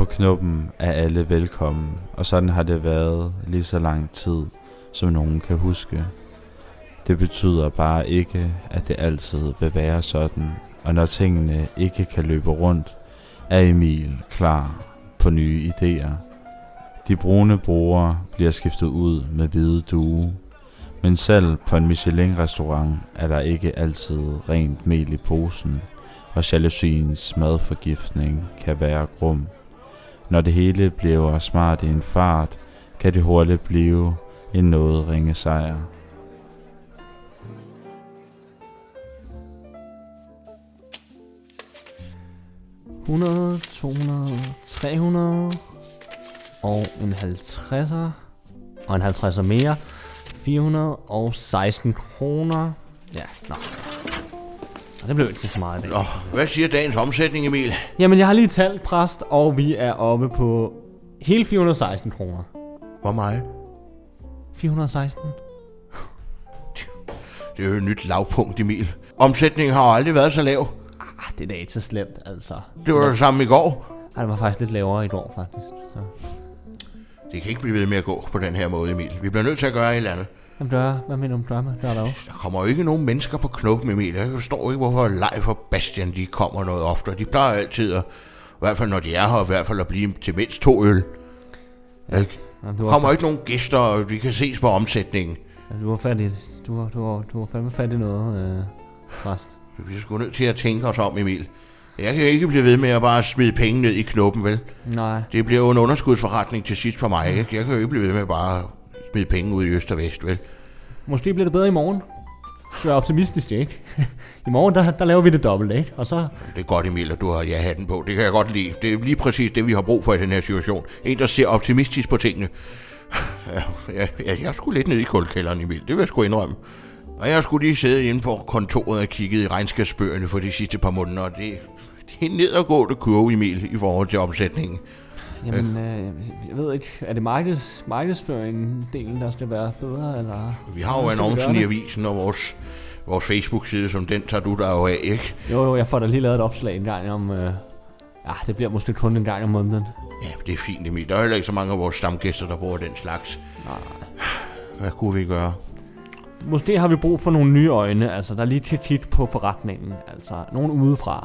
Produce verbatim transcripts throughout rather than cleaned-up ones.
Knuppen er alle velkommen, og sådan har det været lige så lang tid, som nogen kan huske. Det betyder bare ikke, at det altid vil være sådan, og når tingene ikke kan løbe rundt, er Emil klar på nye idéer. De brune borde bliver skiftet ud med hvide duge, men selv på en Michelin-restaurant er der ikke altid rent mel i posen, og jalousiens madforgiftning kan være grum. Når det hele bliver smart i en fart, kan det hurtigt blive en noget ringe sejr. hundrede, to hundrede, tre hundrede og en halvtredser og en halvtredser mere. fire hundrede og seksten kroner. Ja, nå. Og det blev ikke så meget i dag. Nå, hvad siger dagens omsætning, Emil? Jamen, jeg har lige talt, præst, og vi er oppe på hele fire hundrede og seksten kroner. Hvor meget? fire hundrede og seksten. Det er jo et nyt lavpunkt, Emil. Omsætningen har aldrig været så lav. Ah, det er da ikke så slemt, altså. Det var det samme i går. Ej, det var faktisk lidt lavere i går, faktisk. Så. Det kan ikke blive ved med at gå på den her måde, Emil. Vi bliver nødt til at gøre et eller andet. Jamen, dør, hvad mener du om dør med? Dør der også? Der kommer jo ikke nogen mennesker på Knuppen, Emil. Jeg forstår ikke, hvorfor Leif og Bastian, de kommer noget oftere. De plejer altid at, i hvert fald når de er her, i hvert fald at blive til mindst to øl. Ja. Ikke? Jamen, der kommer ikke nogen gæster, og vi kan ses på omsætningen. Ja, du har fat i, du har, du har, du har fandme fat i noget, øh, præst. Vi er sgu nødt til at tænke os om, Emil. Jeg kan ikke blive ved med at bare smide penge ned i Knuppen, vel? Nej. Det bliver jo en underskudsforretning til sidst for mig, ikke? Jeg kan jo ikke blive ved med at bare smide penge ud i øst og vest, vel? Måske bliver det bedre i morgen. Du er optimistisk, ikke? I morgen, der, der laver vi det dobbelt, ikke? Og så... Det er godt, Emil, at du har ja-hatten på. Det kan jeg godt lide. Det er lige præcis det, vi har brug for i den her situation. En, der ser optimistisk på tingene. Ja, jeg, jeg, jeg er sgu lidt nede i kuldkælderen, Emil. Det vil jeg sgu indrømme. Og jeg skulle lige sidde inde på kontoret og kigget i regnskabsbøgerne for de sidste par måneder, og det, det er nedadgående kurve, Emil, i forhold til omsætningen. Jamen, øh, jeg ved ikke, er det markeds, markedsføringen-delen, der skal være bedre, eller? Vi har jo annoncen i avisen og vores, vores Facebook-side, som den tager du der jo af, ikke? Jo, jo, jeg får da lige lavet et opslag en gang om, øh, ja, det bliver måske kun en gang om måneden. Ja, det er fint, Emil. Der er heller ikke så mange af vores stamgæster, der bruger den slags. Nej. Hvad kunne vi gøre? Måske har vi brug for nogle nye øjne, altså der er lige tit tit på forretningen, altså nogen udefra.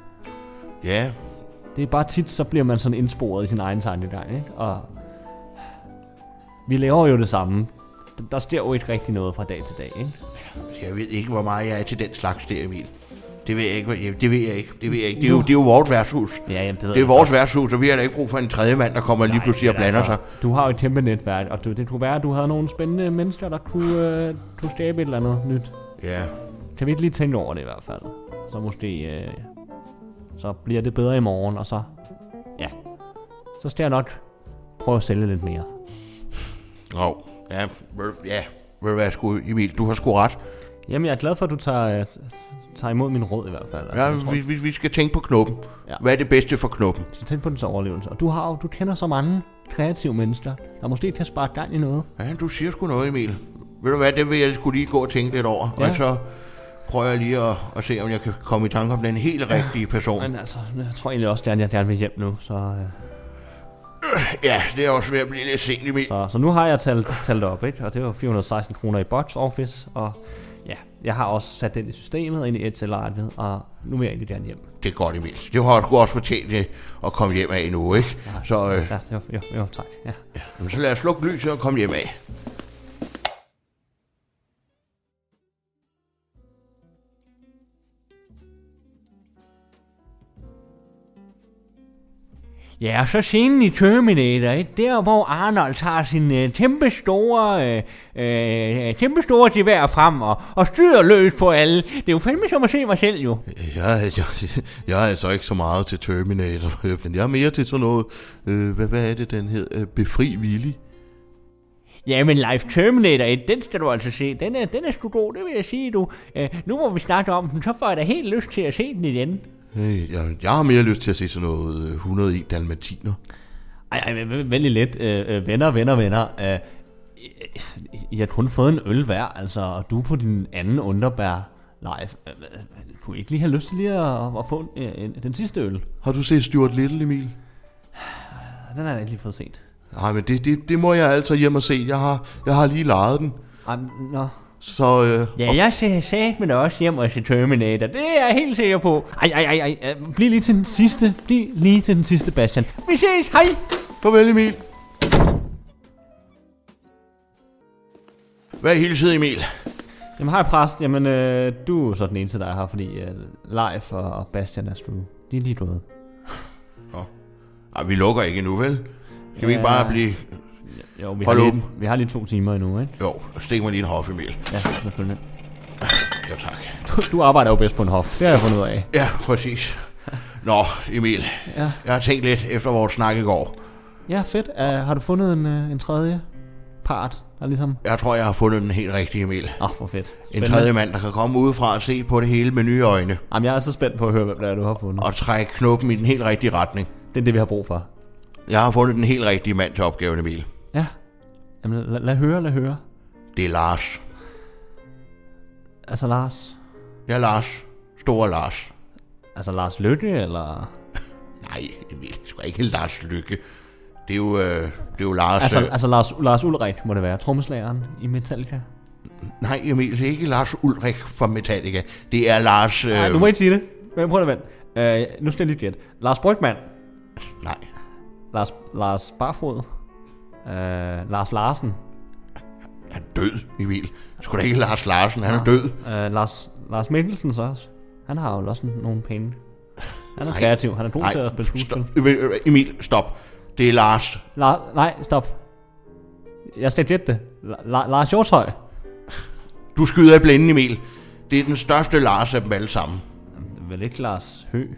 Ja. Det er bare tit, så bliver man sådan indsporet i sin egen tankegang, ikke? Og vi laver jo det samme. Der sker jo ikke rigtig noget fra dag til dag, ikke? Jeg ved ikke, hvor meget jeg er til den slags der, Emil. Det ved jeg ikke. Det ved jeg ikke. Det ved jeg ikke. Det er jo, det er jo vores værtshus. Ja, jamen, det, det er vores værtshus, og vi har da ikke brug for en tredje mand, der kommer Nej, lige pludselig og blander altså, sig. Du har jo et kæmpe netværk, og du, det kunne være, at du havde nogle spændende mennesker, der kunne, øh, kunne skabe et eller andet nyt. Ja. Kan vi ikke lige tænke over det i hvert fald? Så måske... Øh, så bliver det bedre i morgen, og så... Ja. Så skal jeg nok prøve at sælge lidt mere. Åh, oh, ja. Ja. Ved du hvad, sgu, Emil? Du har sgu ret. Jamen, jeg er glad for, at du tager, tager imod min råd i hvert fald. Altså, ja, vi, vi, vi skal tænke på Knuppen. Ja. Hvad er det bedste for Knuppen? Vi skal tænke på dens overlevelse. Og du har jo, du kender så mange kreative mennesker, der måske kan sparke gang i noget. Ja, du siger sgu noget, Emil. Ved du hvad, det vil jeg sgu lige gå og tænke lidt over. Ja. Og så prøver jeg lige at, at se, om jeg kan komme i tanke om den helt rigtige person. Men altså, jeg tror egentlig også, at jeg gerne vil hjem nu, så... Øh... Ja, det er også ved at blive lidt sent, Emil. Så, så nu har jeg talt, talt op, ikke? Og det var fire hundrede og seksten kroner i box office, og ja, jeg har også sat den i systemet ind i et cellarvet, og nu vil jeg egentlig gerne hjem. Det er godt, Emil. Det har du også fortjent at komme hjem af nu, ikke? Ja, så, øh... ja, jo, jo, jo, tak. Ja. Ja, men så lad os slukke lyset og komme hjem af. Ja, og så scenen i Terminator, ikke? Der hvor Arnold tager sin øh, kæmpe store, øh, øh, kæmpe store gevær frem og, og styrer løs på alle. Det er jo fandme som at se mig selv, jo. Jeg, jeg, jeg er altså ikke så meget til Terminator, men jeg er mere til sådan noget, øh, hvad, hvad er det, den hedder? Befri Willy. Ja, men Live Terminator, den skal du altså se. Den er, den er sgu god, det vil jeg sige, du. Øh, nu hvor vi snakker om den, så får jeg da helt lyst til at se den igen. Hey, jeg, jeg har mere lyst til at se sådan noget et hundrede og en dalmatiner. Ej, ej, vældig lidt. Øh, venner, venner, venner. Øh, jeg har kun fået en øl hver, altså, og du på din anden underbær live. Øh, kunne I ikke lige have lyst til lige at, at få en, en, den sidste øl? Har du set Stuart Little, Emil? Den har jeg ikke lige fået set. Nej, men det, det, det må jeg altså hjem og se. Jeg har, jeg har lige lejet den. Ej, nå. Så, øh, Ja, jeg skal sige, men også hjem og se Terminator. Det er jeg helt sikker på. Ej, ej, ej, ej. Bliv lige til den sidste. Bliv lige til den sidste, Bastian. Vi ses. Hej. Farvel, Emil. Hvad er hilset, Emil? Jamen, hej præst. Jamen, øh, du er så den eneste, der er her, fordi øh, Leif og Bastian er slu. De er lige døde. Nå. Ej, vi lukker ikke endnu, vel? Kan ja. vi ikke bare blive... Jo, vi har, lige, vi har lige to timer endnu, ikke? Jo, stik mig lige en hof, Emil. Ja, selvfølgelig. Jo, tak. Du, du arbejder jo bedst på en hof. Det har jeg fundet ud af. Ja, præcis. Nå, Emil. Ja. Jeg har tænkt lidt efter vores snak i går. Ja, fedt. Uh, har du fundet en, uh, en tredje part? Der ligesom... Jeg tror, jeg har fundet den helt rigtige, Emil. Åh, oh, hvor fedt. Spændende. En tredje mand, der kan komme udefra og se på det hele med nye øjne. Jamen, jeg er så spændt på at høre, hvad det er, du har fundet. Og trække knuppen i den helt rigtige retning. Det er det, vi har brug for. Jeg har fundet den helt rigtige mand til opgaven, Emil. Ja. Jamen, lad, lad høre, lad høre. Det er Lars. Altså Lars? Ja, Lars. Store Lars. Altså Lars Lykke, eller? Nej, Emil. Det skal ikke Lars Lykke. Det er jo, øh, det er jo Lars... Altså, øh... altså Lars, Lars Ulrik, må det være. Trommeslageren i Metallica. Nej, Emil. Det er ikke Lars Ulrik fra Metallica. Det er Lars... Øh... Nej, du må ikke sige det. Men prøv at vente. Uh, nu skal jeg lige gætte. Lars Brygmann. Nej. Lars, Lars Barfod. Uh, Lars Larsen. Han er død, Emil. Det skulle da ikke Lars Larsen. Han er død. Uh, Lars, Lars Mikkelsen så også. Han har jo også nogle penge. Han er nej, kreativ. Han er god til at spille skuespil. Emil, stop. Det er Lars. La- nej, stop. Jeg skal gætte det. La- La- Lars Hjortshøj. Du skyder i blænden, Emil. Det er den største Lars af dem alle sammen. Det er vel ikke Lars Høgh?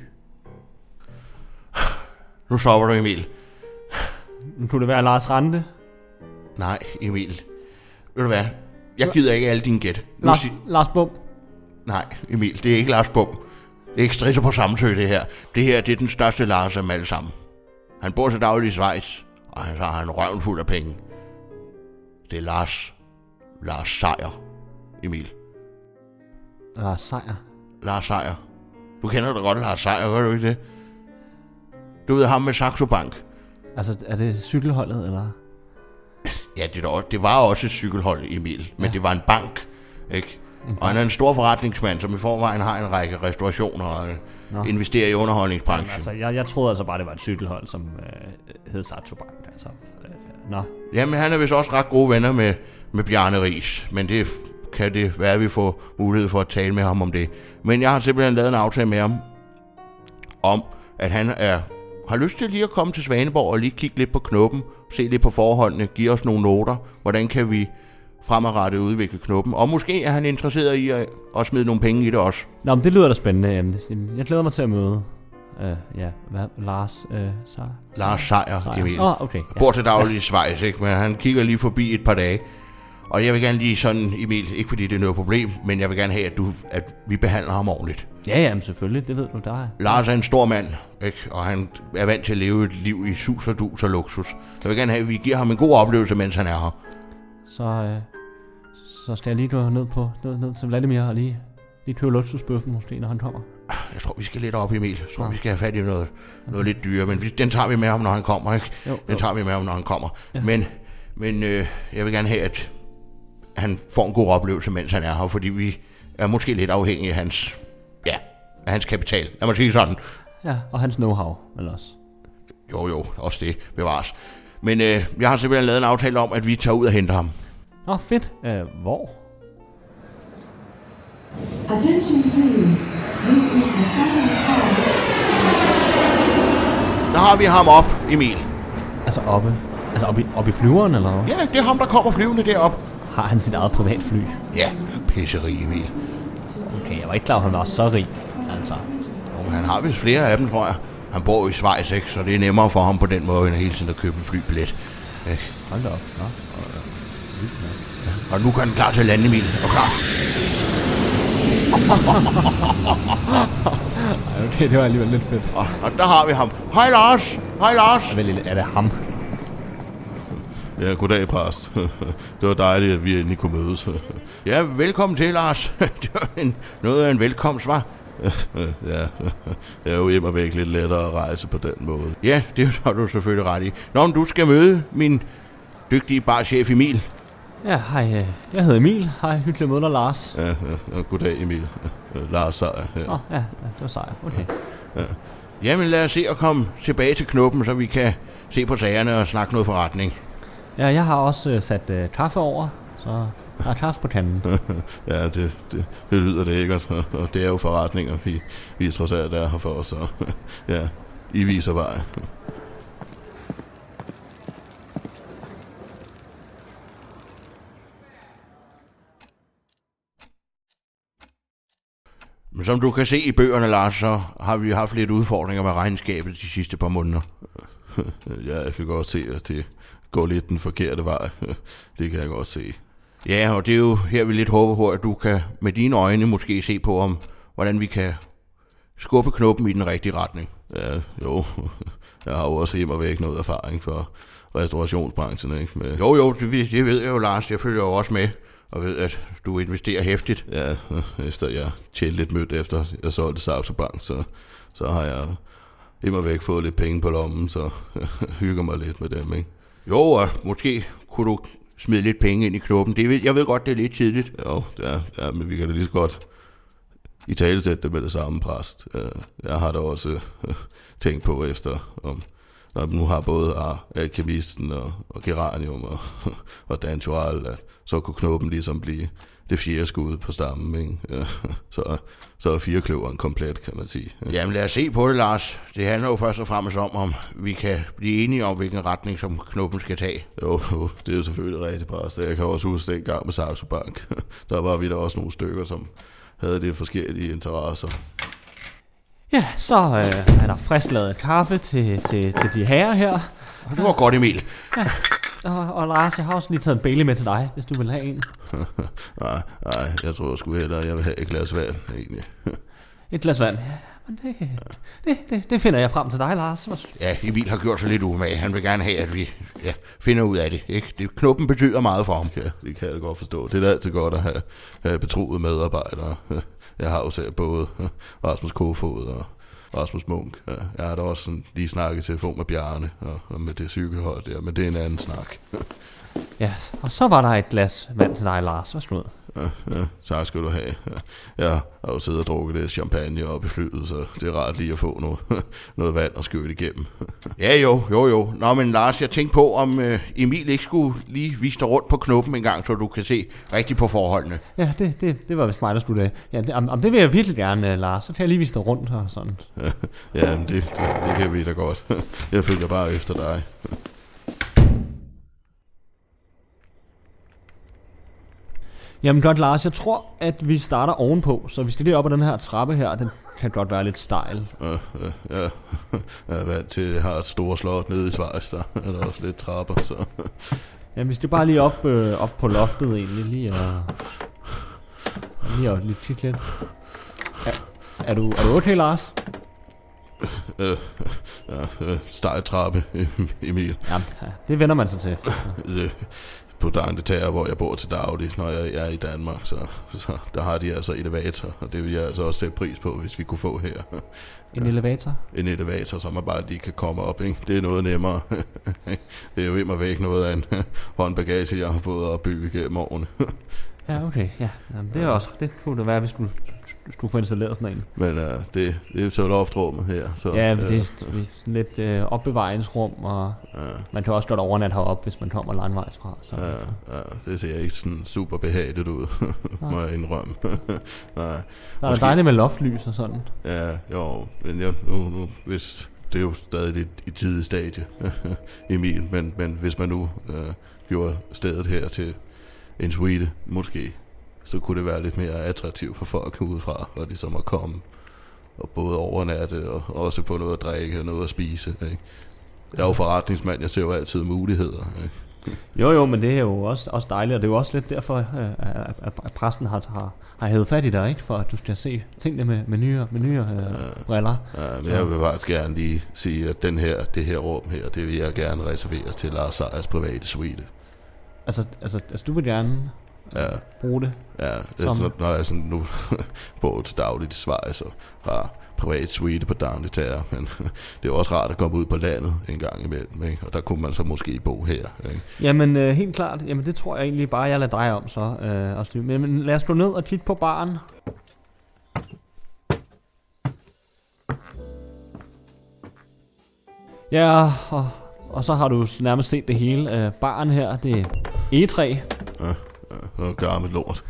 Nu sover du, Emil. Nu kunne det være Lars Rante. Nej, Emil. Ved du hvad? Jeg gider ikke alle dine gæt. Lars, sig- Lars Bum. Nej, Emil. Det er ikke Lars Bum. Det er ikke strisser på Samsø, det her. Det her, det er den største Lars af dem alle sammen. Han bor så dagligt i Schweiz, og han har en røven fuld af penge. Det er Lars. Lars Seier, Emil. Lars Seier? Lars Seier. Du kender da godt Lars Seier, gør du ikke det? Du ved ham med Saxo Bank. Altså, er det cykelholdet, eller? Ja, det, der, det var også et cykelhold, Emil. Men ja. Det var en bank, ikke? En bank. Og han er en stor forretningsmand, som i forvejen har en række restaurationer og Nå. investerer i underholdningsbranchen. Jamen, altså, jeg, jeg troede altså bare, det var et cykelhold, som øh, hed Saxo Bank. Altså, øh, nå. Jamen, han er vist også ret gode venner med, med Bjarne Riis. Men det kan det være, at vi får mulighed for at tale med ham om det. Men jeg har simpelthen lavet en aftale med ham om, at han er... har lyst til lige at komme til Svaneborg og lige kigge lidt på knuppen, se lidt på forholdene, give os nogle noter, hvordan kan vi fremadrettet udvikle knuppen, og måske er han interesseret i at, at smide nogle penge i det også. Nå, men det lyder da spændende. Jeg glæder mig til at møde uh, ja, hvad, Lars uh, Seier. Lars Seier, Emil. Oh, okay, ja. Bor til daglig i Schweiz, ikke? Men han kigger lige forbi et par dage. Og jeg vil gerne lige sådan, Emil, ikke fordi det er noget problem, men jeg vil gerne have, at, du, at vi behandler ham ordentligt. Ja, ja, men selvfølgelig, det ved du, der er. Lars er en stor mand, ikke? Og han er vant til at leve et liv i sus og dus og luksus. Jeg vil gerne have, at vi giver ham en god oplevelse, mens han er her. Så, øh, så skal jeg lige gå ned, på, ned, ned til Vladimir og lige, lige købe luksusbøffen måske, når han kommer. Jeg tror, vi skal lidt op, Emil. Jeg tror, ja. vi skal have fat i noget, noget lidt dyre, men vi, den tager vi med ham, når han kommer, ikke? Jo, den tager jo. vi med ham, når han kommer. Ja. Men, men øh, jeg vil gerne have, at han får en god oplevelse, mens han er her, fordi vi er måske lidt afhængige af hans, ja, af hans kapital. Lad mig sige sådan. Ja, og hans know-how, eller også. Jo, jo, også det bevares. Men øh, jeg har simpelthen lavet en aftale om, at vi tager ud og henter ham. Nå, fedt. Øh, hvor? Attention please. This is the final call. Der har vi ham op, Emil. Altså oppe? Altså oppe i, op i flyveren, eller hvad? Ja, det er ham, der kommer flyvende derop. Har han sit eget privatfly? Ja, pisserig, Emil. Okay, jeg var ikke klar, at han var så rig, altså. Jo, han har vist flere af dem, tror jeg. Han bor i Schweiz, ikke? Så det er nemmere for ham på den måde, end hele tiden at købe en flybillet. Ikke? Hold da op. Nå. Ja. Og nu er han klar til at lande, Emil. Og klar. Okay, det var alligevel lidt fedt. Og, og der har vi ham. Hej Lars! Hej Lars! Er det ham? Ja, goddag, præst. Det var dejligt, at vi endelig kunne mødes. Ja, velkommen til, Lars. Det var en, noget af en velkomst, var. Ja, det er jo immer væk lidt lettere at rejse på den måde. Ja, det har du selvfølgelig ret i. Nå, men du skal møde min dygtige barchef Emil. Ja, hej. øh, Jeg hedder Emil. Hej, hyggelig at møde dig, Lars. Ja, ja, ja, goddag Emil. Lars Seier. Ja. Åh, oh, ja, ja, det var sejr. Okay. Ja. Jamen lad os se at komme tilbage til Knuppen, så vi kan se på sagerne og snakke noget forretning. Ja, jeg har også øh, sat øh, kaffe over, så der er kaffe på kanden. Ja, det, det, det lyder det ikke, og, og det er jo forretninger, vi, vi er trods alt er her for os, så ja, I viser vej. Men som du kan se i bøgerne, Lars, så har vi haft lidt udfordringer med regnskabet de sidste par måneder. Ja, jeg kan godt se, at det går lidt den forkerte vej. Det kan jeg godt se. Ja, og det er jo her, vi lidt håber på, at du kan med dine øjne måske se på, om hvordan vi kan skubbe Knuppen i den rigtige retning. Ja, jo. Jeg har jo også hjemme væk noget erfaring for restaurationsbranchen, ikke? Med... Jo, jo, det, det ved jeg jo, Lars. Jeg følger jo også med og ved, at du investerer hæftigt. Ja, efter jeg tjente lidt mødt efter jeg solgte Saxo Bank, så, så har jeg immer væk fået lidt penge på lommen, så jeg hygger mig lidt med dem, ikke? Jo, og måske kunne du smide lidt penge ind i Knuppen. Det ved, jeg ved godt, det er lidt tidligt. Jo, ja, ja, men vi kan da lige så godt i talesætte det med det samme præst. Jeg har da også tænkt på efter, om når vi nu har både Alkemisten og, og Geranium og, og Dantural, at så kunne Knuppen ligesom blive det fjerde skud på stammen, ikke? Ja, så, så er firekløveren komplet, kan man sige. Ja. Jamen lad os se på det, Lars. Det handler jo først og fremmest om, om vi kan blive enige om, hvilken retning som Knuppen skal tage. Jo, jo, det er jo selvfølgelig rigtigt, præst. Jeg kan også huske den gang med Saxo Bank. Der var vi da også nogle stykker, som havde de forskellige interesser. Ja, så øh, er der frisk lavet kaffe til, til, til de herrer her. Det var godt, Emil. Ja. Og, og Lars, jeg har også lige taget en Bailey med til dig, hvis du vil have en. nej, nej, jeg tror sgu hellere, jeg vil have et glas vand, egentlig. Et glas vand? Ja, men det, det, det, det finder jeg frem til dig, Lars. Ja, Emil har gjort sig lidt umage. Han vil gerne have, at vi ja, finder ud af det, ikke? Det, Knuppen betyder meget for ham. Ja, det kan jeg da godt forstå. Det er da altid godt at have, have betroede medarbejdere. Jeg har jo selv både Rasmus Kofod og Rasmus Munk. Jeg har da også sådan lige snakket telefon med Bjarne og med det cykelhold der, men det er en anden snak. Ja, og så var der et glas vand til dig, Lars. Værsgo. Ja, ja, tak skal du have. Jeg har jo siddet og drukket lidt champagne op i flyet, så det er rart lige at få noget, noget vand og skøle igennem. Ja, jo, jo, jo. Nå, men Lars, jeg tænkte på, om uh, Emil ikke skulle lige vise dig rundt på Knuppen en gang, så du kan se rigtigt på forholdene. Ja, det, det, det var vist mig, der skulle det. Ja, det, om, om det vil jeg virkelig gerne, Lars. Så kan jeg lige vise dig rundt og sådan. Ja, men det, det, det kan vi da godt. Jeg følger bare efter dig. Jamen godt, Lars. Jeg tror, at vi starter ovenpå, så vi skal lige op ad den her trappe her. Den kan godt være lidt stejl. Ja, ja, ja. Jeg er vant til, at jeg har et stort slot nede i Schweiz, der er der også lidt trapper, så... Jamen, vi skal bare lige op, øh, op på loftet egentlig, lige og... Lige og lige kigge lidt. Er, er, du, er du okay, Lars? Øh, ja, stejl trappe, Emil. Jamen, det vender man sig til. Ja. På Dangletær, hvor jeg bor til daglig, når jeg er i Danmark, så, så der har de altså elevator, og det vil jeg altså også sætte pris på, hvis vi kunne få her. En elevator? En elevator, så man bare lige kan komme op, ikke? Det er noget nemmere. Det er jo immer væk noget af en håndbagage, jeg har fået at bygge gennem årene. Ja, okay, ja. Jamen, det er også, det kunne det være, hvis du skulle få installeret sådan en. Men uh, det, det er så loftrummet her. Så, ja, det er sådan lidt øh, opbevaringsrum, og ja. Man kan også godt overnatte heroppe, hvis man kommer langvejs fra. Så. Ja, ja, det ser ikke sådan super behageligt ud, må jeg indrømme. Nej. Der er Måske... dejligt med loftlys og sådan. Ja, jo, men jeg, nu, nu, hvis, det er jo stadig lidt i tidlig stadie, Emil, men, men hvis man nu øh, gjorde stedet her til en suite, måske, så kunne det være lidt mere attraktivt for folk udefra, og ligesom at komme og både overnatte og også få noget at drikke og noget at spise. Ikke? Jeg er jo forretningsmand, jeg ser jo altid muligheder. Ikke? Jo jo, men det er jo også, også dejligt, og det er jo også lidt derfor, at, at præsten har, har, har hævet fat i dig, ikke? For at du skal se tingene med, med nye, med nye ja, briller. Ja, men jeg vil faktisk gerne lige sige, at den her, det her rum her, det vil jeg gerne reservere til Lars Seiers private suite. Altså, altså, altså du vil gerne Ja. bruge det. Ja, det Som- er, når jeg sådan nu bor til dagligt i Schweiz og har privat suite på D'Angleterre, men det er også rart at komme ud på landet en gang imellem, ikke? Og der kunne man så måske bo her, ikke? Jamen, øh, helt klart. Jamen, det tror jeg egentlig bare, jeg lader dig om så. Øh, og styr. Men, men lad os gå ned og kigge på baren. Ja, og, og så har du nærmest set det hele. Øh, baren her, det er egetræ. Ja, ja, noget gammelt lort.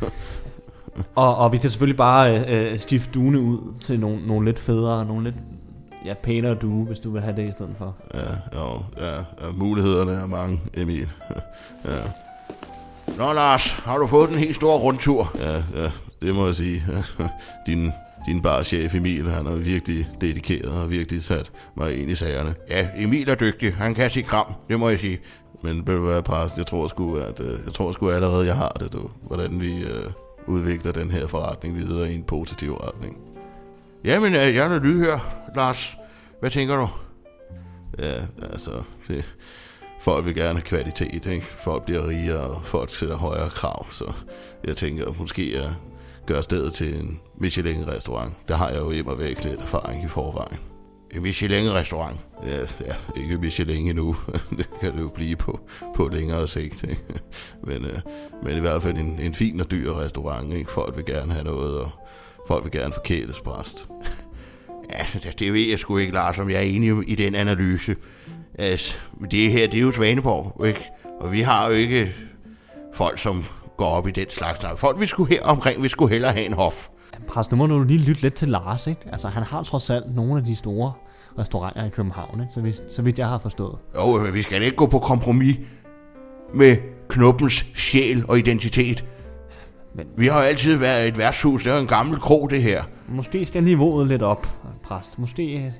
Og, og vi kan selvfølgelig bare øh, skifte duene ud til nogle, nogle lidt federe, nogle lidt ja, pænere due, hvis du vil have det i stedet for. Ja, jo, ja, ja, mulighederne er mange, Emil. Ja, Nå, Lars, har du fået den helt store rundtur? ja, ja, det må jeg sige. Din, din barchef Emil, han er virkelig dedikeret og virkelig sat mig ind i sagerne. Ja, Emil er dygtig. Han kan sige kram, det må jeg sige. Men vil du være præst, jeg tror sgu, at øh, jeg tror sgu allerede, jeg har det, du. Hvordan vi øh, udvikler den her forretning videre i en positiv retning. Jamen, øh, jeg er da lydhør, Lars. Hvad tænker du? Ja, altså, det, folk vil gerne have kvalitet, ikke? Folk bliver rigere, og folk sætter højere krav, så jeg tænker måske at gøre stedet til en Michelin-restaurant. Der har jeg jo immer væk lidt erfaring i forvejen. En Michelin-restaurant. Ja, ja, ikke Michelin endnu. Det kan det jo blive på, på længere sigt, ikke? Men, øh, men i hvert fald en, en fin og dyr restaurant, ikke? Folk vil gerne have noget, og folk vil gerne forkæles, præst. Ja, det, det ved jeg sgu ikke, Lars, om jeg er enig i den analyse. Altså, det her, det er jo Svaneborg, ikke? Og vi har jo ikke folk, som går op i den slags snak. Folk, vi skulle her omkring, vi skulle hellere have en hof. Præst, nu må du lige lytte lidt til Lars, ikke? Altså, han har trods alt nogle af de store restauranter i København, ikke? Så, vidt, så vidt jeg har forstået. Jo, men vi skal ikke gå på kompromis med Knuppens sjæl og identitet. Men- Vi har jo altid været et værtshus. Det er jo en gammel krog, det her. Måske skal niveauet lidt op, præst. Måske...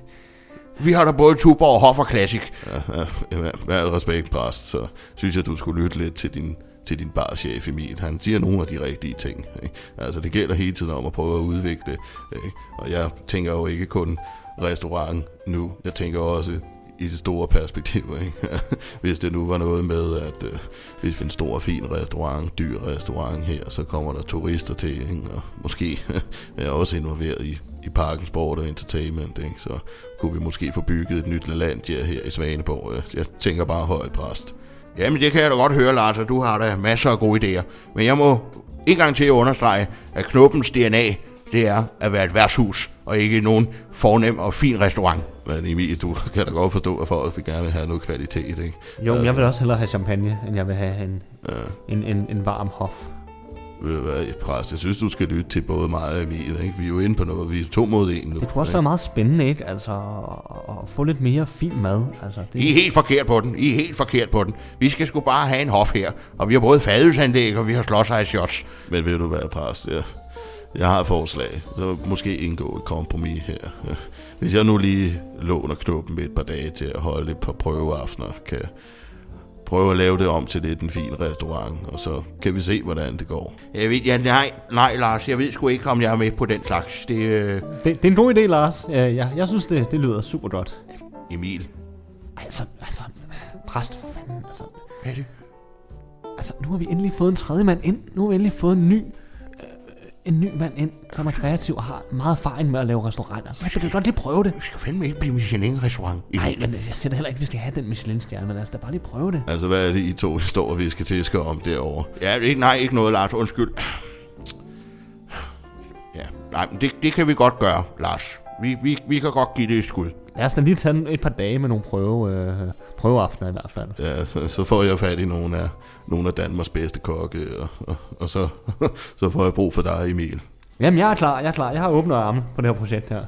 Vi har da både Tuborg, Hof og Classic. Ja, ja, med, med al respekt, præst, så synes jeg, du skulle lytte lidt til din, til din barchef Emil. Han siger nogle af de rigtige ting, ikke? Altså, det gælder hele tiden om at prøve at udvikle, ikke? Og jeg tænker jo ikke kun restaurant nu. Jeg tænker også i det store perspektiv, ikke? Hvis det nu var noget med, at øh, hvis vi en stor, fin restaurant, dyr restaurant her, så kommer der turister til, ikke? Og måske er jeg også involveret i, i Parken Sport og Entertainment, ikke? Så kunne vi måske få bygget et nyt LaLandia her i Svaneborg. Jeg tænker bare højt, præst. Jamen, det kan jeg da godt høre, Lars, og du har da masser af gode idéer. Men jeg må en gang til at understrege, at Knuppens D N A, det er at være et værtshus, og ikke nogen fornem og fin restaurant. Men Emil, du kan da godt forstå, at folk vil gerne have noget kvalitet, ikke? Jo, altså, jeg vil også hellere have champagne, end jeg vil have en, Ja. en, en, en varm hof. Ved du hvad, præst, jeg synes, du skal lytte til både mig og Emil, ikke? Vi er jo inde på noget, vi er to mod en nu. Det kunne også ikke? være meget spændende, ikke? Altså, at, at få lidt mere fin mad. Altså, det... I er helt forkert på den. I er helt forkert på den. Vi skal sgu bare have en hof her, og vi har både fadelsanlæg, og vi har slåsejshots. Men ved du hvad, præst, jeg, jeg har et forslag. Så måske indgå et kompromis her. Hvis jeg nu lige låner Knuppen et par dage til at holde et par prøveaftener, kan jeg prøve at lave det om til lidt en fin restaurant, og så kan vi se, hvordan det går. Jeg ved, ja, nej, nej, Lars, jeg ved sgu ikke, om jeg er med på den slags. Det øh... Det, det er en god idé, Lars. Jeg, jeg, jeg synes, det, det lyder super godt. Emil. Altså, altså, præst, for fanden, altså... Hvad er det? Altså, nu har vi endelig fået en tredje mand ind. Nu har vi endelig fået en ny... Øh, en ny mand ind, som er kreativ og har meget erfaring med at lave restauranter. Så kan du godt lige prøve det. Vi skal fandme ikke blive Michelin-restaurant. Nej, men jeg siger da heller ikke, at vi skal have den Michelin-stjerne, men lad os da bare lige prøve det. Altså, hvad er det, I to står og visker tisker om derovre? Ja, ikke, nej, ikke noget, Lars. Undskyld. Ja, nej, men det, det kan vi godt gøre, Lars. Vi, vi, vi kan godt give det et skud. Lad os da lige tage et par dage med nogle prøve, øh, prøveaftener i hvert fald. Ja, så, så får jeg fat i nogle af, nogle af Danmarks bedste kokke, og, og, og så, så får jeg brug for dig, Emil. Jamen, jeg er klar, jeg er klar. Jeg har åbnet armen på det her projekt her.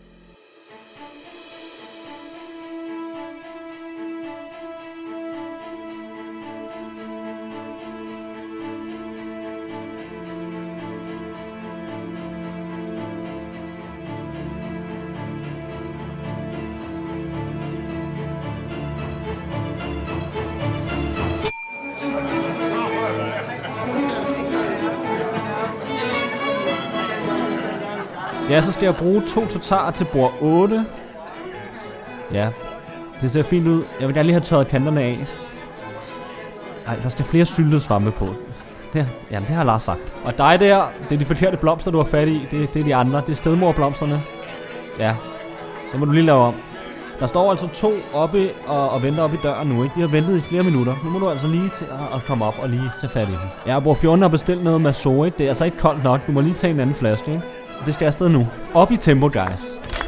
Ja, så skal jeg bruge to tartarer til bord otte. Ja, det ser fint ud. Jeg vil gerne lige have tørret kanterne af. Nej, der skal flere syltede svampe på. det, jamen, det har Lars sagt. Og dig der, det er de forkerte blomster, du har fat i. Det, det er de andre. Det er stedmorblomsterne. Ja, det må du lige lave om. Der står altså to oppe og, og venter op i døren nu, ikke? De har ventet i flere minutter. Nu må du altså lige til at, at komme op og lige tage fat i dem. Jeg bruger fjorten og bestilt noget med so, ikke? Det er altså ikke koldt nok. Du må lige tage en anden flaske, ikke? Det skal afsted nu. Op i tempo, guys.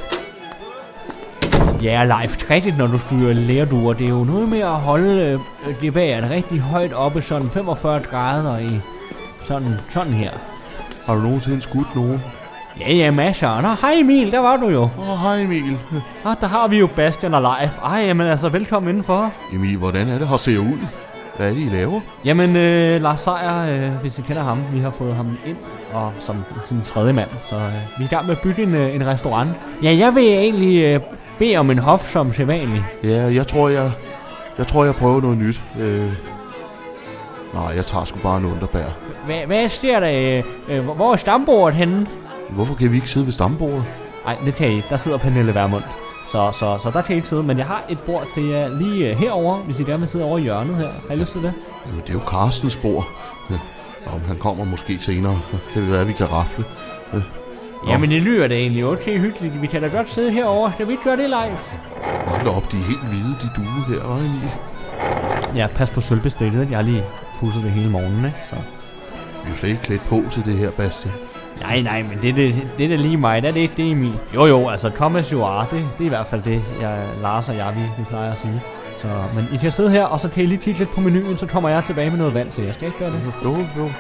Ja, Leif, rigtigt, når du styrer lærduer. Det er jo noget med at holde øh, det bag rigtig højt oppe, sådan femogfyrre grader i sådan, sådan her. Har du nogensinde skudt nogen? Ja, ja, masser. Nå, hej Emil, der var du jo. Åh, oh, hej Emil. Nå, der har vi jo Bastian og Leif. Ej, jamen altså, velkommen indenfor. Emil, hvordan er det? Har ser ud? Hvad er det, I laver? Jamen, øh, Lars Seier, øh, hvis I kender ham, vi har fået ham ind og som sin tredje mand. Så øh, vi er i gang med at bygge en, øh, en restaurant. Ja, jeg vil egentlig øh, bede om en hof som sædvanlig. Ja, jeg tror, jeg, jeg tror, jeg prøver noget nyt. Øh... Nej, jeg tager sgu bare en underbær. H- hvad sker der? Øh, hvor er stambordet henne? Hvorfor kan vi ikke sidde ved stambordet? Nej, det kan I ikke. Der sidder Pernille Vermund. Så, så, så der kan I ikke sidde. Men jeg har et bord til jer lige herover, hvis I gerne vil sidde over i hjørnet her. Har I lyst til det? Jamen, det er jo Carstens bord. Ja. Om han kommer måske senere, kan det være, at vi kan rafle. Ja. Jamen, det lyder da egentlig okay hyggeligt. Vi kan da godt sidde herover. Skal vi ikke gøre det live? Hold da op, de er helt hvide, de duer her, hva' Emil? Ja, pas på sølvbestikket. Jeg har lige pudset det hele morgenen, ikke? Så. Vi er jo slet ikke klædt på til det her, Bastian. Nej, nej, men det, det, det er da lige mig. Det er det ikke det, Emil. Jo, jo, altså Thomas jo er. Det, det er i hvert fald det, jeg, Lars og jeg, vi, vi plejer at sige. Så, men I kan sidde her, og så kan I lige kigge lidt på menuen, så kommer jeg tilbage med noget vand til jer. Skal jeg ikke gøre det? Jo, jo.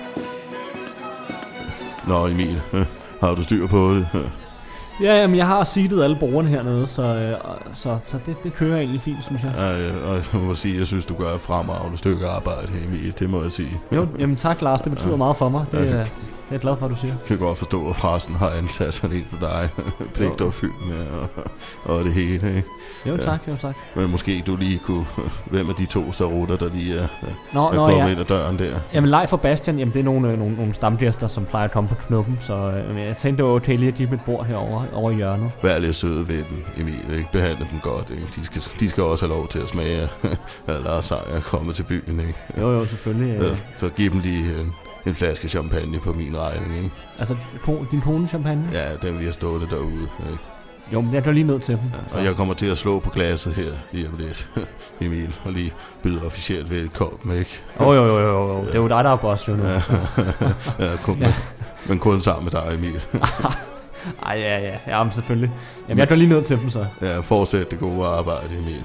Nå, Emil, har du styr på det? Ja, jamen, jeg har seedet alle bordene hernede, så, øh, så, så det, det kører egentlig fint, synes jeg. Ja, ja, og jeg må sige, jeg synes, du gør et fremragende stykke arbejde her, Emil. Det må jeg sige. Jo, jamen tak, Lars. Det betyder ja. meget for mig. Det, Ja. det er jeg glad for, at du siger. Jeg kan godt forstå, at pressen har ansat sig lidt på dig. Pligtopfyldende og, og det hele, ikke? Jo, tak, jo, tak. Men måske du lige kunne... Hvem af de to starutter, der lige er, Nå, er nå, kommet ja. ind ad døren der? Jamen, Leif og Bastian, jamen, det er nogle, nogle, nogle stamgæster, som plejer at komme på knuppen, så øh, jeg tænkte, det var okay lige at give dem et bord herovre over i hjørnet. Vær lidt søde ved dem, Emil, ikke? Behandle dem godt, ikke? De skal, de skal også have lov til at smage af Lars Seier komme til byen, ikke? Jo, jo, selvfølgelig. Øh. Ja, så giv dem lige en, en flaske champagne på min regning, ikke? Altså, ko, din kone champagne? Ja, den vi har stået derude, ikke? Jo, men jeg går lige ned til dem. Ja, og jeg kommer til at slå på glasset her lige om lidt, Emil, og lige byde officielt velkommen, ikke? Jo, jo, jo, jo, jo. Det er jo dig, der er boss, jo nu. Ja, ja, kun, ja. Men, men kun sammen med dig, Emil. Ej, ja, ja, ja, men selvfølgelig. Jamen, jeg går lige ned til dem, så. Ja, fortsæt det gode arbejde, Emil.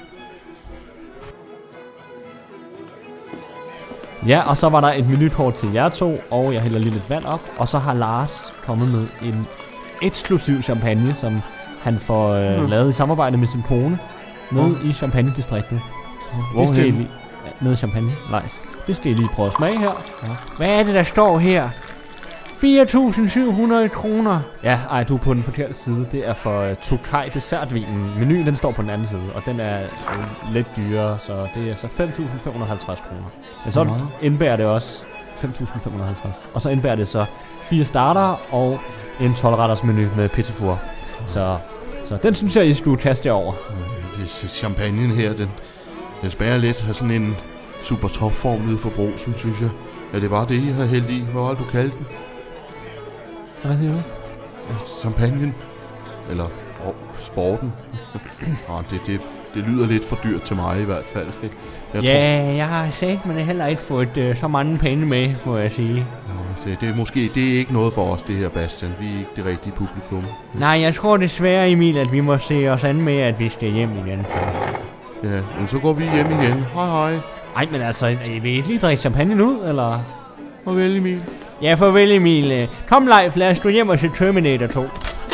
Ja, og så var der et menukort til jer to, og jeg hælder lige lidt vand op. Og så har Lars kommet med en eksklusiv champagne, som han får øh, mm. lavet i samarbejde med sin kone, nede mm. i Champagne-distriktet. Det skal I lige... Nede i Champagne, live. Det skal I lige prøve at smage her. Ja. Hvad er det, der står her? fire tusind syv hundrede kroner. Ja, ej, du er på den forkerte side. Det er for uh, Tokai dessertvinen. Menuen, den står på den anden side, og den er uh, lidt dyrere, så det er så fem tusind fem hundrede og halvtreds kroner. Men så mm. indbærer det også fem tusind fem hundrede og halvtreds. Og så indbærer det så fire starter og en tolv-retters menu med pizzafour. Så, så den synes jeg, I skulle kaste jer over. Øh, champagnen her, den, den smager lidt af sådan en super topformlet for Brugsen, synes jeg. Er det bare det, I har hældt i? Hvad var det, du kaldte den? Hvad siger du? Champagnen. Eller oh, sporten. oh, det, det, det lyder lidt for dyrt til mig i hvert fald. Jeg ja, tror... jeg har sagt, men heller ikke fået uh, så mange penge med, må jeg sige. Nå, det, det, er måske, det er ikke noget for os, det her, Bastian. Vi er ikke det rigtige publikum. Nej, jeg tror desværre, Emil, at vi må se os an med, at vi skal hjem igen. Så. Ja, men så går vi hjem igen. Hej hej. Ej, men altså, vil I ikke lige drikke champagne ud, eller? Farvel, Emil. Ja, farvel, Emil. Kom, Leif, lad os gå hjem og se Terminator to.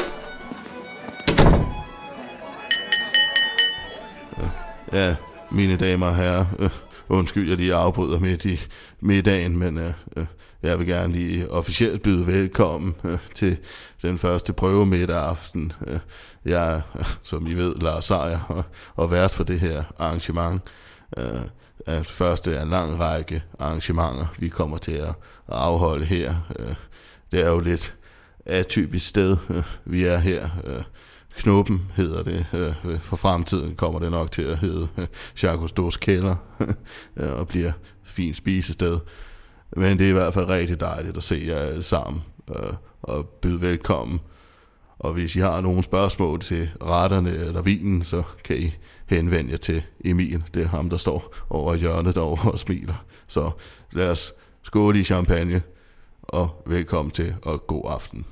Ja, mine damer og herrer. Øh, undskyld, jeg lige afbryder midt i middagen, men øh, øh, jeg vil gerne lige officielt byde velkommen øh, til den første prøvemiddag aften. Øh, jeg er, øh, som I ved, Lars Seier og, og vært for det her arrangement. Øh, at første er en lang række arrangementer, vi kommer til at afholde her. Det er jo lidt atypisk sted, vi er her. Knuppen hedder det. For fremtiden kommer det nok til at hedde Jacques Cousteaus kælder og bliver et fint spisested. Men det er i hvert fald rigtig dejligt at se jer alle sammen, øh, og byde velkommen. Og hvis I har nogle spørgsmål til retterne eller vinen, så kan I henvende jer til Emil. Det er ham, der står over hjørnet derovre og smiler. Så lad os skåle i champagne, og velkommen til, og god aften.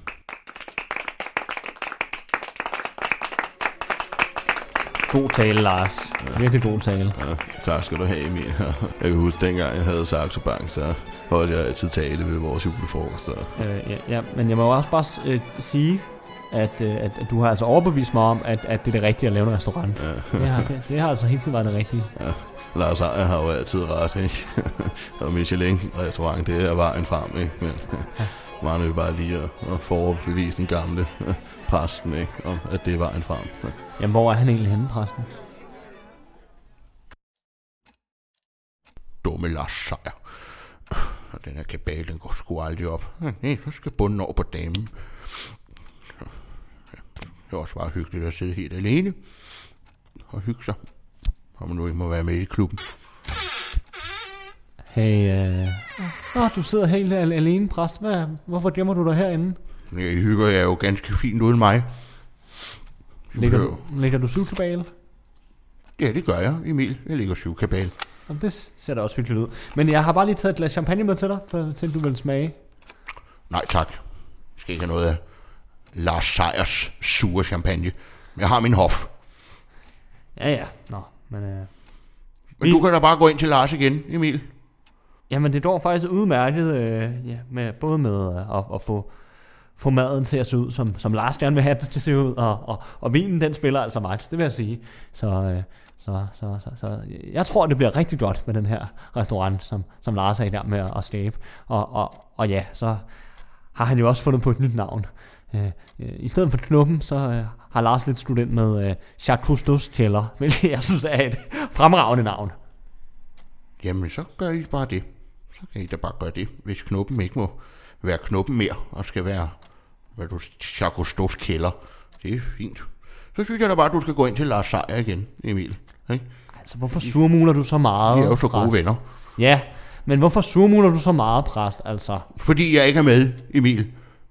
God tale, Lars. Ja. Virkelig god tale. Ja, tak skal du have, Emil. Jeg kan huske, dengang jeg havde Saxo Bank, så holdt jeg altid tale ved vores julefrokost. Øh, ja, ja, men jeg må også bare øh, sige, at, øh, at, at du har altså overbevist mig om, at, at det er det rigtige at lave en restaurant. Ja. Det, har, det, det har altså hele tiden været det rigtige. Ja. Lars Ejer har jo altid ret, ikke? Og Michelin-restaurant, det er vejen frem, ikke? Men ja. Man vil bare lige at, at forbevise den gamle uh, præsten, ikke? Om at det er vejen frem. Ja. Jamen, hvor er han egentlig henne, præsten? Dumme Lars Seier. Den her kabale, den går sgu aldrig op. Nej, så skal bunden over på damen. Det er også bare hyggeligt at sidde helt alene og hygge sig, om man nu ikke må være med i klubben. Hey, øh... Nå, du sidder helt alene, præst. Hvad? Hvorfor gemmer du dig herinde? Jeg hygger jeg jo ganske fint uden mig. Ligger du, ligger du syvkabale? Ja, det gør jeg, Emil. Jeg ligger syvkabale. Jamen, det ser da også hyggeligt ud. Men jeg har bare lige taget et glas champagne med til dig, for, til du vil smage. Nej, tak. Jeg skal ikke have noget af Lars Seiers sure champagne. Jeg har min hof. Ja, ja. Nå, men... Øh, men vi... du kan da bare gå ind til Lars igen, Emil. Jamen, det går faktisk udmærket, øh, ja, med, både med øh, at, at få, få maden til at se ud, som, som Lars gerne vil have det til at se ud, og, og, og vinen, den spiller altså max, det vil jeg sige. Så, øh, så, så, så, så jeg tror, det bliver rigtig godt med den her restaurant, som, som Lars er i gang med at, at skabe. Og, og, og ja, så har han jo også fundet på et nyt navn. Øh, øh, I stedet for Knuppen, så øh, har Lars lidt student med øh, Jacques Cousteau's kælder, hvilket jeg synes er et fremragende navn. Jamen, så gør I bare det. Så kan I da bare gøre det, hvis Knuppen ikke må være Knuppen mere, og skal være, hvad du, Jacques Cousteau's kælder. Det er fint. Så synes jeg da bare, at du skal gå ind til Lars Seier igen, Emil. Ikke? Altså, hvorfor surmuler du så meget? Vi er jo så gode præst? venner. Ja, men hvorfor surmuler du så meget, præst, altså? Fordi jeg ikke er med, Emil.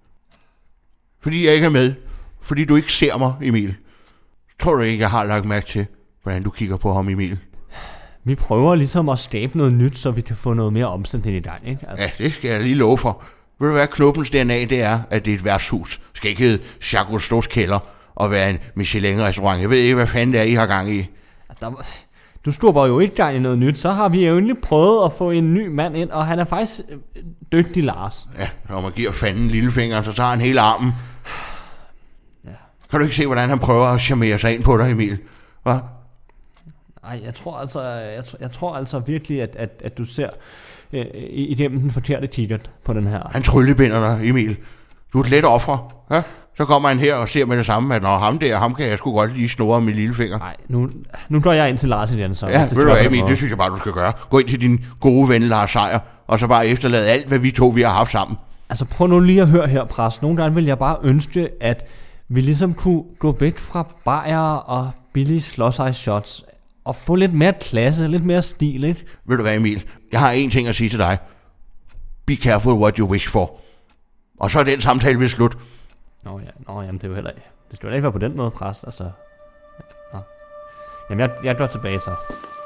Fordi jeg ikke er med. Fordi du ikke ser mig, Emil. Tror du ikke, jeg har lagt mærke til, hvordan du kigger på ham, Emil? Vi prøver ligesom at skabe noget nyt, så vi kan få noget mere omstændigt i gang, ikke? Altså. Ja, det skal jeg lige love for. Ved du hvad, Knuppens D N A, det er, at det er et værtshus. Det skal ikke hedde Jacques Cousteau's kælder og være en Michelin-restaurant. Jeg ved ikke, hvad fanden det er, I har gang i. Der, du skubber jo ikke gang i noget nyt. Så har vi jo egentlig prøvet at få en ny mand ind, og han er faktisk dygtig, Lars. Ja, når man giver fanden lillefingeren, så tager han hele armen. Ja. Kan du ikke se, hvordan han prøver at charmere sig ind på dig, Emil? Hvad? Nej, jeg tror altså, jeg, jeg tror altså virkelig, at, at, at du ser øh, igennem den forkerte kikkert på den her. Han tryllebinder dig, Emil. Du er et let offer. Ja? Så kommer han her og ser med det samme, at når ham der, ham kan jeg sgu godt lige snurre med lillefinger. Nej, nu, nu går jeg ind til Lars igen. Så ja, ved du hvad, Emil, det synes jeg bare, du skal gøre. Gå ind til din gode ven Lars Seier, og så bare efterlade alt, hvad vi to vi har haft sammen. Altså prøv nu lige at høre her, præst. Nogle gange vil jeg bare ønske, at vi ligesom kunne gå væk fra bajer og billige slåsejs shots og få lidt mere klasse, lidt mere stil, ikke? Ved du hvad, Emil? Jeg har en ting at sige til dig. Be careful what you wish for. Og så er den samtale ved slut. Nå ja, nå, jamen det er jo heller ikke. Det skal jo ikke være på den måde, præst, altså. Nå. Jamen jeg, jeg går tilbage så.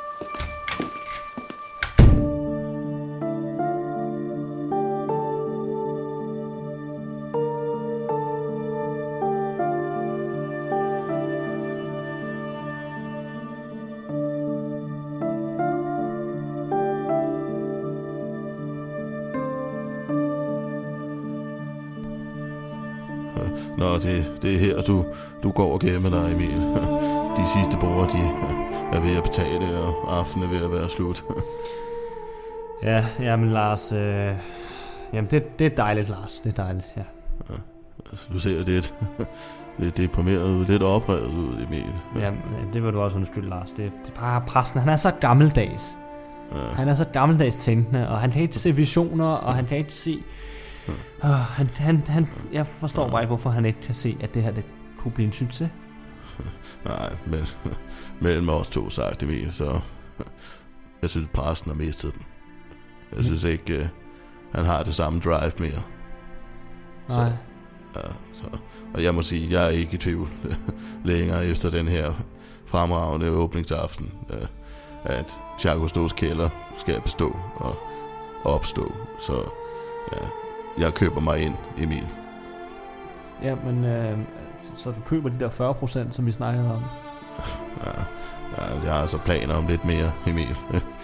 Nå, det, det er her, du, du går og gemmer dig, Emil. De sidste brugere, de er ved at betale, og aftenen er ved at være slut. Ja, jamen Lars, øh, jamen det, det er dejligt, Lars. Det er dejligt, ja. Ja, du ser lidt, lidt deprimeret ud, lidt oprevet ud, Emil. Ja, det vil du også undskylde, Lars. Det, det er bare præsten, han er så gammeldags. Ja. Han er så gammeldags tænkende, og han kan ikke se visioner, og han kan ikke se... Ja. Uh, han, han, han, jeg forstår ja. bare ikke, hvorfor han ikke kan se, at det her det kunne blive en succes. Nej, men mellem os to sagt, Emil, så jeg synes, præsten har mistet den. Jeg synes ikke, han har det samme drive mere. Nej. Ja, så. Og jeg må sige, jeg er ikke i tvivl længere efter den her fremragende åbningsaften, øh, at Charcot Stos kælder skal bestå og opstå. Så ja, jeg køber mig ind, Emil. Ja, men øh, så du køber de der fyrre procent, som vi snakkede om? Ja, ja, jeg har altså planer om lidt mere, Emil.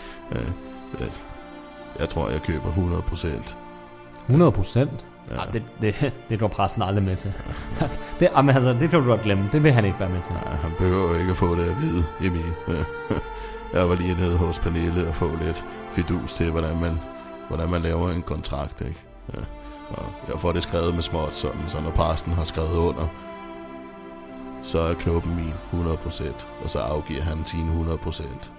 Jeg tror, jeg køber hundrede procent. hundrede procent? Ja. Ej, det, det, det tror præsten aldrig med til. det, jamen, altså, det kan du godt glemme. Det vil han ikke være med til. Ja, han behøver jo ikke at få det at vide, Emil. Jeg var lige nede hos Pernille og få lidt fidus til, hvordan man, hvordan man laver en kontrakt, ikke? Ja. Og jeg får det skrevet med småt sådan, så når præsten har skrevet under, så er knuppen min hundrede procent, og så afgiver han sine hundrede procent.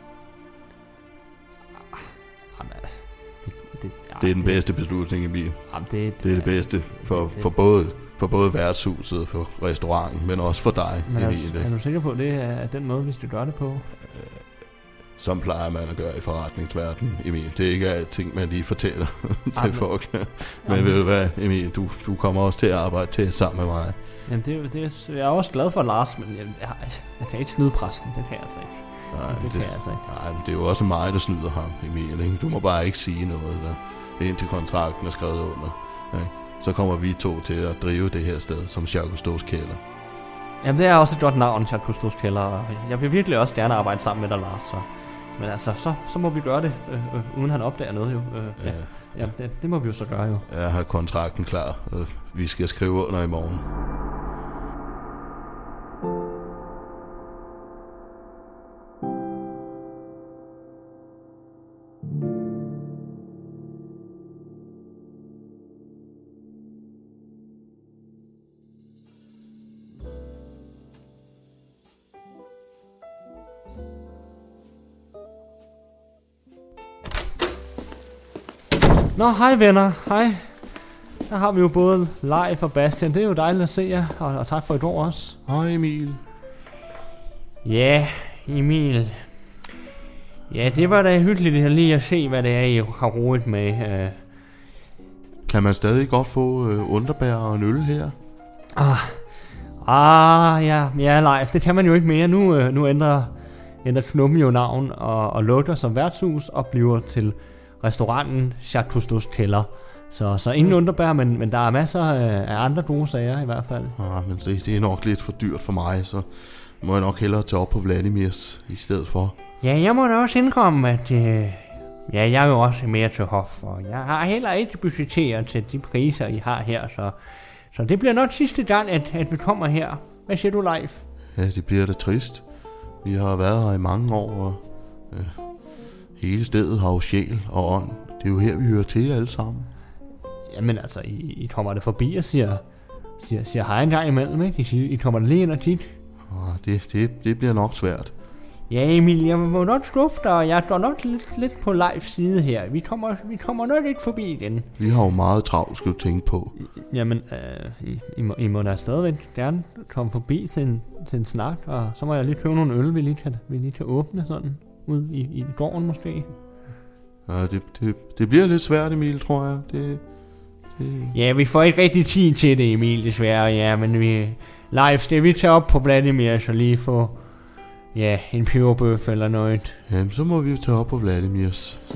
Jamen, det, det, ja, Det er den bedste beslutning, Emil. Jamen, det, Det er det bedste for, det- det- for, både, for både værtshuset, for restauranten, men også for dig, Men er, Emil. du- er Ikke? du sikker på, at det er den måde, vi skal gøre det på? Som plejer man at gøre i forretningsverdenen, Emil. Det er ikke alting, man lige fortæller til Jamen. folk. Men Jamen. ved du hvad, Emil, du, du kommer også til at arbejde til sammen med mig. Jamen, det, det, jeg er også glad for Lars, men jeg, jeg, jeg kan ikke snyde præsten. Det kan jeg altså ikke. Nej, det, det, kan jeg altså ikke. nej, men det er jo også mig, der snyder ham, Emil. Ikke? Du må bare ikke sige noget, der indtil kontrakten er skrevet under. Ikke? Så kommer vi to til at drive det her sted som Charcot Stos kælder. Jamen, det er også et godt navn, Charcot Stos kælder. Og jeg vil virkelig også gerne arbejde sammen med dig, Lars. Så. Men altså, så, så må vi gøre det, øh, øh, uden han opdager noget jo. Øh, ja, ja det, det må vi jo så gøre jo. Jeg har kontrakten klar, og vi skal skrive under i morgen. Nå, hej venner, hej. Der har vi jo både Leif og Bastian. Det er jo dejligt at se jer, og, og tak for i dag også. Hej Emil. Ja, Emil. Ja, det var da hyggeligt lige at se, hvad det er, I har rodet med. Øh. Kan man stadig godt få øh, underbær og en øl her? Ah, ah ja, ja, Leif, det kan man jo ikke mere. Nu, øh, nu ændrer, ændrer Knuppen jo navn og, og lukker som værtshus og bliver til restauranten Charcot Stos kælder. Så, så ingen underbær, men, men der er masser af, af andre gode sager i hvert fald. Ah, men det, det er nok lidt for dyrt for mig, så må jeg nok hellere tage op på Vladimirs i stedet for. Ja, jeg må da også indkomme, at øh, ja, jeg er jo også mere til hof, og jeg har heller ikke budgetteret til de priser, I har her, så, så det bliver nok sidste gang, at, at vi kommer her. Hvad siger du, Leif? Ja, det bliver da trist. Vi har været her i mange år, og øh, hele stedet har jo sjæl og ånd. Det er jo her, vi hører til alle sammen. Jamen altså, I, I kommer det forbi og siger, siger, siger hej en gang imellem, ikke? I, siger, I kommer lige ind og tit. Ah, det, det, det bliver nok svært. Ja, Emil, jeg må nok skuffe dig, og jeg står nok lidt, lidt på Leifs side her. Vi kommer, vi kommer nok ikke forbi igen. Vi har jo meget travlt, skal du tænke på. Jamen, øh, I, I, må, I må da stadigvæk gerne komme forbi til en, til en snak, og så må jeg lige købe nogle øl, vi lige kan, vi lige kan åbne sådan, ud i, i gården måske. Ja, det, det, det bliver lidt svært, Emil, tror jeg. Det, det... Ja, vi får ikke rigtig tid til det, Emil, desværre, ja, men vi... Live, skal vi tage op på Vladimir, så lige få... Ja, en peberbøf eller noget. Jamen, så må vi jo tage op på Vladimirs, så...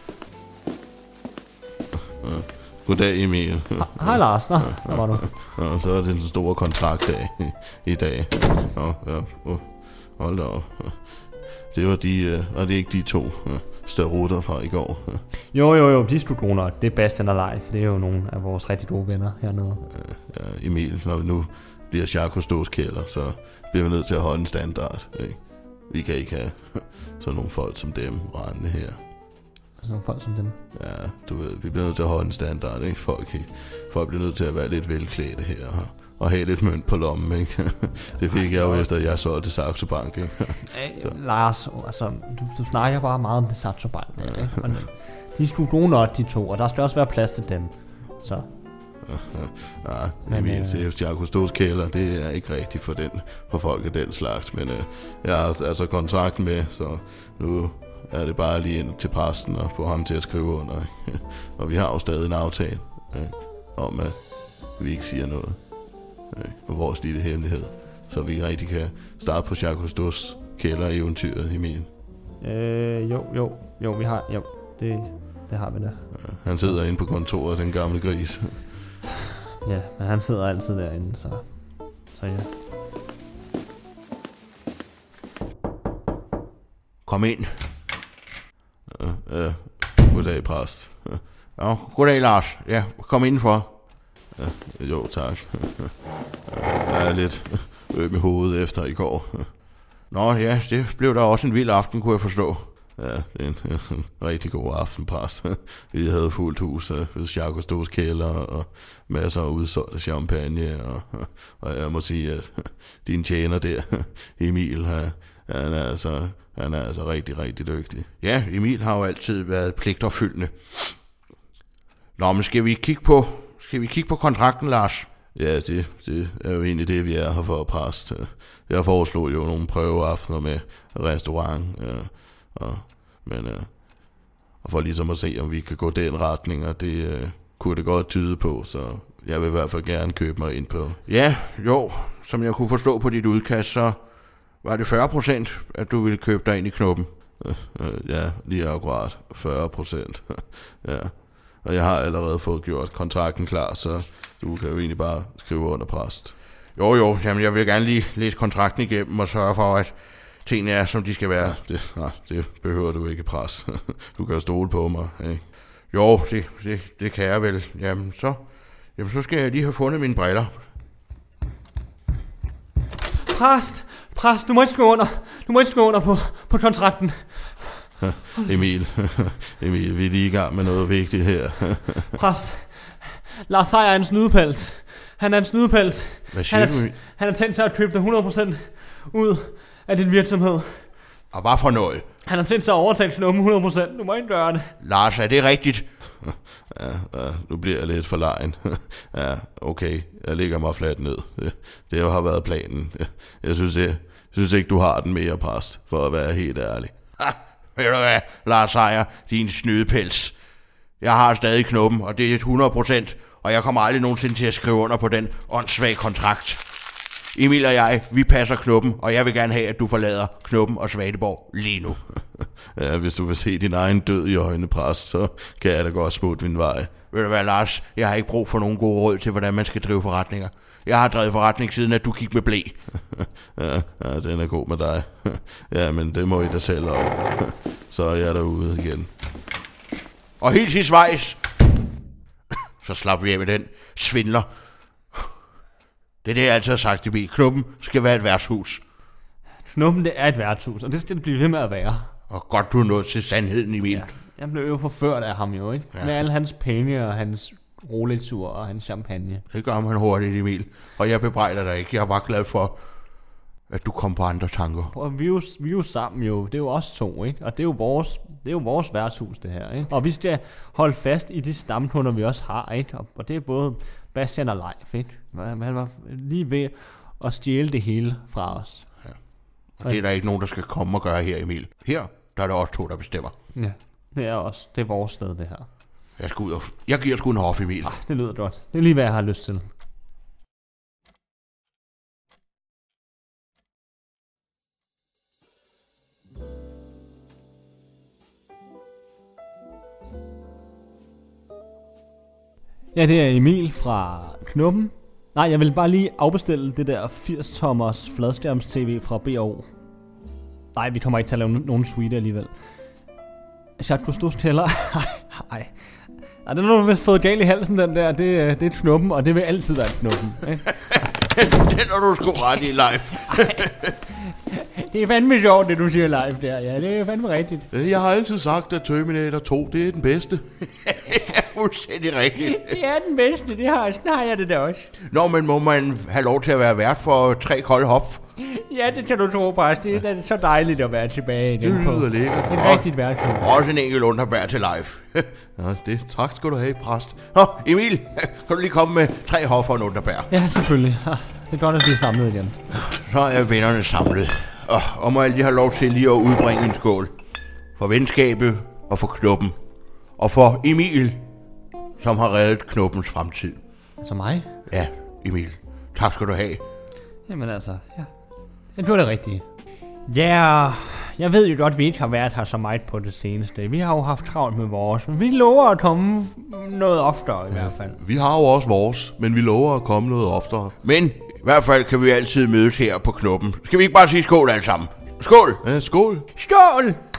Ja. Goddag, Emil. Hej Lars, nå, der var du. Ja, så er det den store kontraktdag i dag. Ja, ja. Hold da op. Det var de, var det ikke de to størrutter fra i går? Jo, jo, jo, de studoner, det er Bastian og Leif, det er jo nogle af vores rigtig gode venner hernede. Ja, Emil, når vi nu bliver Charcot Stos kælder, så bliver vi nødt til at holde en standard, ikke? Vi kan ikke have sådan nogle folk som dem rendende her. Sådan nogle folk som dem. Ja, du ved, vi bliver nødt til at holde en standard, ikke? Folk, folk bliver nødt til at være lidt velklædte her, og have lidt mønt på lommen, ikke? Det fik jeg jo efter, at jeg solgte til Saxo Bank, ikke? Æh, Lars, altså, du, du snakker bare meget om det Saxo Bank, ikke? Men de studoner, de to, og der skal også være plads til dem, så... Ja, men, Emil, øh... det er Charcot Stos kælder, det er ikke rigtigt for, den, for folk af den slags, men øh, jeg har altså kontrakten med, så nu er det bare lige ind til præsten og få ham til at skrive under. Og vi har jo stadig en aftale ikke? Om, at vi ikke siger noget ikke? Og vores lille hemmelighed. Så vi rigtig kan starte på Jacques Cousteaus kælder-eventyret, Emil. Øh, jo, jo, jo, vi har, jo, det, det har vi da. Ja, han sidder inde på kontoret, den gamle gris. Ja, men han sidder altid derinde, så, så ja. Kom ind. Ja, ja. Goddag, præst. Ja, goddag, Lars. Ja, kom indenfor. Ja, jo, tak. Jeg er lidt øm i hovedet efter i går. Nå ja, det blev da også en vild aften, kunne jeg forstå. Ja, det er en, en rigtig god aften, præst. Vi havde fuldt hus ved Jacques Cousteaus kælder og masser af udsolgt champagne. Og, og jeg må sige, at din tjener der, Emil, han er altså, han er altså rigtig, rigtig dygtig. Ja, Emil har jo altid været pligtopfyldende. Nå, men skal vi kigge på, skal vi kigge på kontrakten, Lars? Ja, det, det er jo egentlig det, vi er her for, præst. Jeg foreslog jo nogle prøveaftener med restaurant, ja, og, men, ja, og for ligesom at se, om vi kan gå den retning, og det uh, kunne det godt tyde på, så jeg vil i hvert fald gerne købe mig ind på. Ja, jo, som jeg kunne forstå på dit udkast, så var det fyrre procent, at du ville købe dig ind i Knuppen. Ja, lige akkurat fyrre procent. Ja. Og jeg har allerede fået gjort kontrakten klar, så du kan jo egentlig bare skrive under, præst. Jo, jo, jamen jeg vil gerne lige læse kontrakten igennem og sørge for, at tingene er, som de skal være. Ja, det, nej, det behøver du ikke, præst. Du kan jo stole på mig, ikke? Jo, det, det, det kan jeg vel. Jamen så, jamen så skal jeg lige have fundet mine briller. Præst, præst, du må ikke skrive under. Du må ikke skrive under på, på kontrakten. Emil, Emil, vi er lige i gang med noget vigtigt her. Præst, Lars Seier er en snydepels. Han er en snydepels. Hvad siger han du? er, han har tænkt sig at købe dig hundrede procent ud af din virksomhed. Og hvad for noget? Han har tænkt sig at overtage Knuppen hundrede procent. Du må ikke gøre det. Lars, er det rigtigt? Ja, ja, nu bliver jeg lidt for legen. Ja, okay, jeg lægger mig fladt ned. Det, det har været planen. Jeg synes, jeg, jeg synes ikke, du har den mere, præst, for at være helt ærlig. Ha, ved du hvad, Lars Seier, din snydepels. Jeg har stadig Knuppen, og det er hundrede procent, og jeg kommer aldrig nogensinde til at skrive under på den åndssvage kontrakt. Emil og jeg, vi passer Knuppen, og jeg vil gerne have, at du forlader Knuppen og Svaneborg lige nu. Ja, hvis du vil se din egen død i øjnene, præst, så kan jeg da godt smutte min vej. Ved du hvad, Lars, jeg har ikke brug for nogen gode råd til, hvordan man skal drive forretninger. Jeg har drevet forretning siden, at du gik med blæ. Ja, ja, den er god med dig. Ja, men det må I da selv om. Så er jeg derude igen. Og helt sidst vejs, så slap vi af med den svindler. Det er det, jeg altid har sagt til mig. Knuppen skal være et værtshus. Knuppen, det er et værtshus, og det skal det blive ved med at være. Og godt, du er nået til sandheden, Emil. Ja, jeg blev jo forført af ham jo, ikke? Ja. Med alle hans penge og hans Rolex-ur og hans champagne. Det gør man hurtigt, Emil. Og jeg bebrejder dig ikke. Jeg er bare glad for, at du kom på andre tanker. Og vi er, jo, vi er jo sammen jo. Det er jo os to, ikke? Og det er jo vores, det er jo vores værtshus, det her, ikke? Og vi skal holde fast i de stamkunder, vi også har, ikke? Og det er både Bastian og Leif, ikke? Han var lige ved at stjæle det hele fra os. Ja. Og det er der ikke nogen, der skal komme og gøre her, Emil. Her, der er det også to, der bestemmer. Ja, det er også. Det er vores sted, det her. Jeg skal ud og... Jeg giver sgu en hof, Emil. Ah, det lyder godt. Det er lige, hvad jeg har lyst til. Ja, det er Emil fra Knuppen. Nej, jeg vil bare lige afbestille det der firs tommers fladskærms-tv fra B O. Nej, vi kommer ikke til at lave nogen suite alligevel. Jacques Cousteaus kælder. Nej, nej, den har du vist fået galt i halsen, den der. Det, det er Knuppen, og det vil altid være Knuppen. Den har du sgu ret i, Leif. Det er fandme sjovt, det du siger, Leif, der. Ja, det er fandme rigtigt. Jeg har altid sagt, at Terminator to, det er den bedste. Ja, fuldstændig rigtigt. Det er den bedste, det har, sådan har jeg det da også. Nå, men må man have lov til at være vært for tre kolde hop? Ja, det kan du tro, præst. Det er så dejligt at være tilbage igen Det på lyder lækkert. et rigtigt værtshus. Også en enkelt underbær til Leif. Ja, det, tak skal du have, præst. Nå, Emil, kan du lige komme med tre hof og en underbær? Ja, selvfølgelig. Det er godt, at vi er samlet igen. Så er vennerne samlet. Og, og må jeg lige have lov til lige at udbringe en skål for venskabet og for Knuppen. Og for Emil, som har reddet Knuppens fremtid. Altså mig? Ja, Emil. Tak skal du have. Jamen altså, ja. Det var det rigtige. Ja, jeg ved jo godt, at vi ikke har været her så meget på det seneste. Vi har jo haft travlt med vores, men vi lover at komme noget oftere i hvert fald. Vi har jo også vores, men vi lover at komme noget oftere. Men i hvert fald kan vi altid mødes her på Knuppen. Skal vi ikke bare sige skål alle sammen? Skål! Ja, skål! Skål!